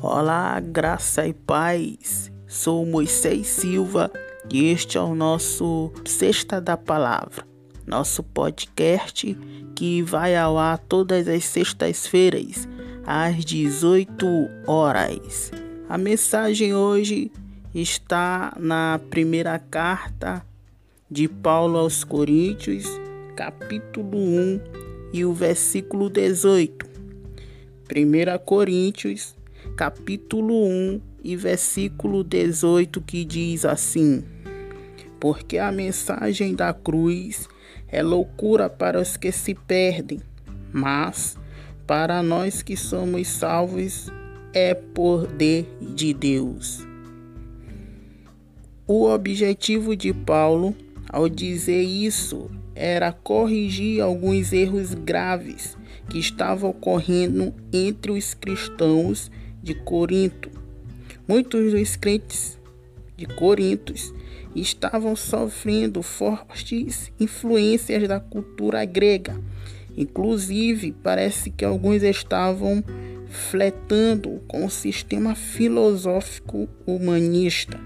Olá, graça e paz. Sou Moisés Silva e este é o nosso Sexta da Palavra, nosso podcast que vai ao ar todas as sextas-feiras, às 18 horas. A mensagem hoje está na primeira carta de Paulo aos Coríntios, capítulo 1 e o versículo 18. 1 Coríntios, capítulo 1 e versículo 18, que diz assim: porque a mensagem da cruz é loucura para os que se perdem, mas para nós que somos salvos é poder de Deus. O objetivo de Paulo, ao dizer isso, era corrigir alguns erros graves que estavam ocorrendo entre os cristãos de Corinto. Muitos dos crentes de Corinto estavam sofrendo fortes influências da cultura grega. Inclusive, parece que alguns estavam flertando com o sistema filosófico humanista.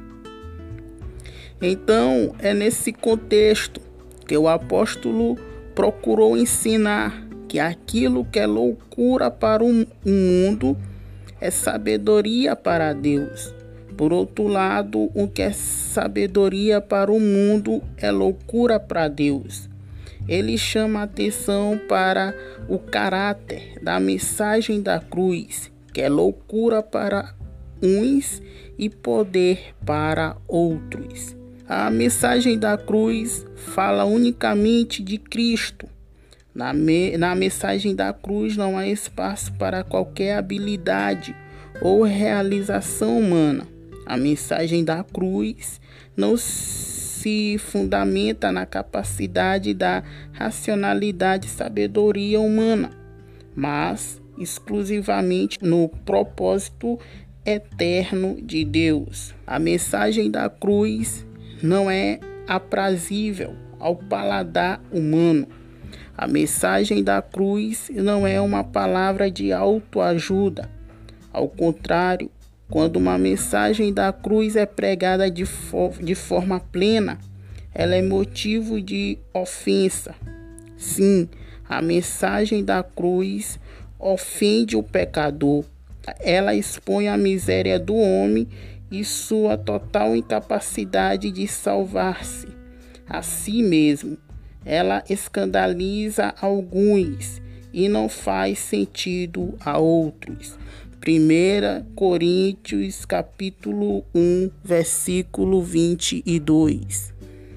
Então, é nesse contexto que o apóstolo procurou ensinar que aquilo que é loucura para o mundo é sabedoria para Deus. Por outro lado, o que é sabedoria para o mundo é loucura para Deus. Ele chama a atenção para o caráter da mensagem da cruz, que é loucura para uns e poder para outros. A mensagem da cruz fala unicamente de Cristo. Na mensagem da cruz não há espaço para qualquer habilidade ou realização humana. A mensagem da cruz não se fundamenta na capacidade da racionalidade e sabedoria humana, mas exclusivamente no propósito eterno de Deus. A mensagem da cruz não é aprazível ao paladar humano. A mensagem da cruz não é uma palavra de autoajuda. Ao contrário, quando uma mensagem da cruz é pregada de forma plena, ela é motivo de ofensa. Sim, a mensagem da cruz ofende o pecador. Ela expõe a miséria do homem e sua total incapacidade de salvar-se a si mesmo. Ela escandaliza alguns e não faz sentido a outros. 1 Coríntios capítulo 1, versículo 22.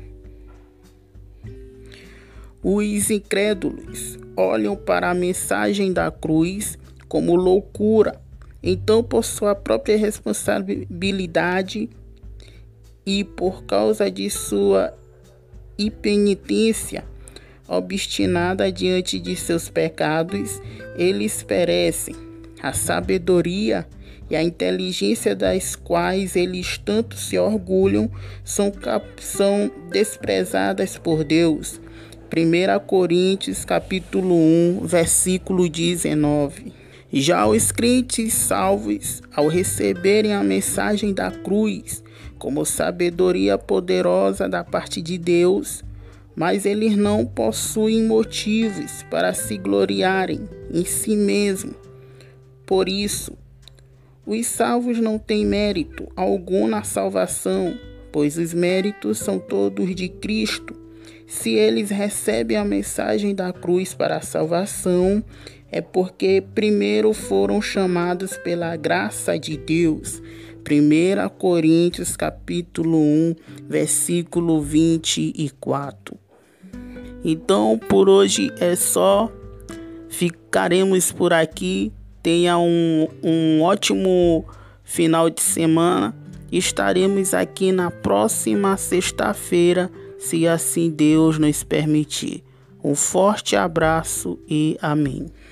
Os incrédulos olham para a mensagem da cruz como loucura. Então, por sua própria responsabilidade e por causa de sua impenitência obstinada diante de seus pecados, eles perecem. A sabedoria e a inteligência das quais eles tanto se orgulham são desprezadas por Deus. 1 Coríntios capítulo 1, versículo 19. Já os crentes salvos, ao receberem a mensagem da cruz como sabedoria poderosa da parte de Deus, mas eles não possuem motivos para se gloriarem em si mesmos. Por isso, os salvos não têm mérito algum na salvação, pois os méritos são todos de Cristo. Se eles recebem a mensagem da cruz para a salvação, é porque primeiro foram chamados pela graça de Deus. 1 Coríntios capítulo 1, versículo 24. Então, por hoje é só. Ficaremos por aqui. Tenha um ótimo final de semana. Estaremos aqui na próxima sexta-feira, se assim Deus nos permitir. Um forte abraço e amém.